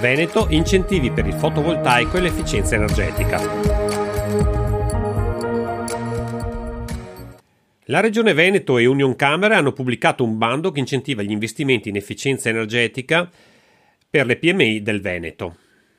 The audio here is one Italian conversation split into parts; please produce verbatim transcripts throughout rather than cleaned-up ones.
Veneto, incentivi per il fotovoltaico e l'efficienza energetica. La Regione Veneto e Unioncamere hanno pubblicato un bando che incentiva gli investimenti in efficienza energetica per le P M I del Veneto.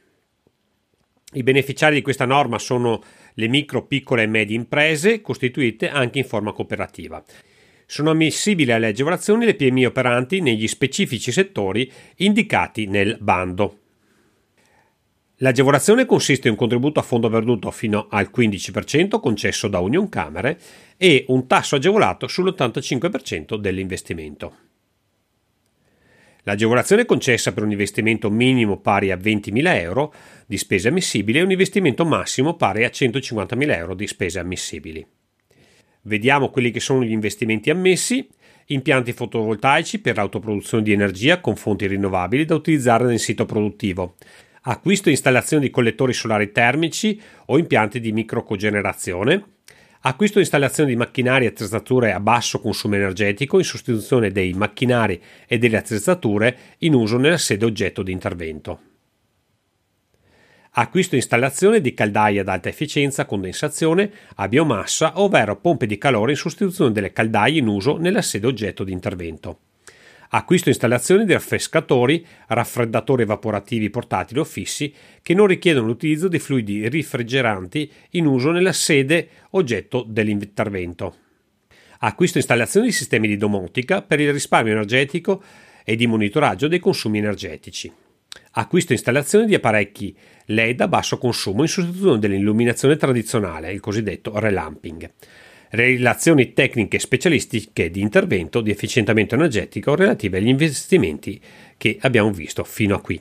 I beneficiari di questa norma sono le micro, piccole e medie imprese costituite anche in forma cooperativa. Sono ammissibili alle agevolazioni le P M I operanti negli specifici settori indicati nel bando. L'agevolazione consiste in un contributo a fondo perduto fino al quindici per cento concesso da Unioncamere e un tasso agevolato sull'ottantacinque per cento dell'investimento. L'agevolazione è concessa per un investimento minimo pari a ventimila euro di spese ammissibili e un investimento massimo pari a centocinquantamila euro di spese ammissibili. Vediamo quelli che sono gli investimenti ammessi: impianti fotovoltaici per l'autoproduzione di energia con fonti rinnovabili da utilizzare nel sito produttivo, acquisto e installazione di collettori solari termici o impianti di microcogenerazione, acquisto e installazione di macchinari e attrezzature a basso consumo energetico in sostituzione dei macchinari e delle attrezzature in uso nella sede oggetto di intervento. Acquisto e installazione di caldaie ad alta efficienza a condensazione a biomassa, ovvero pompe di calore in sostituzione delle caldaie in uso nella sede oggetto di intervento. Acquisto e installazione di raffrescatori, raffreddatori evaporativi portatili o fissi che non richiedono l'utilizzo di fluidi refrigeranti in uso nella sede oggetto dell'intervento. Acquisto e installazione di sistemi di domotica per il risparmio energetico e di monitoraggio dei consumi energetici. Acquisto e installazione di apparecchi L E D a basso consumo in sostituzione dell'illuminazione tradizionale, il cosiddetto relamping. Relazioni tecniche specialistiche di intervento di efficientamento energetico relative agli investimenti che abbiamo visto fino a qui.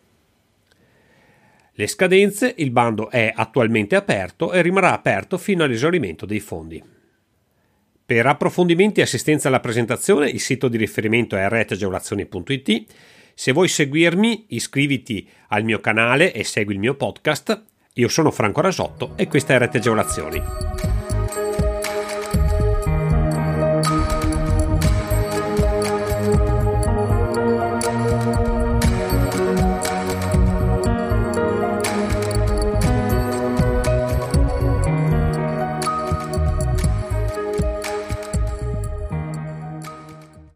Le scadenze: il bando è attualmente aperto e rimarrà aperto fino all'esaurimento dei fondi. Per approfondimenti e assistenza alla presentazione, il sito di riferimento è reteagevolazioni punto it. Se vuoi seguirmi, iscriviti al mio canale e segui il mio podcast. Io sono Franco Rasotto e questa è Rete Agevolazioni.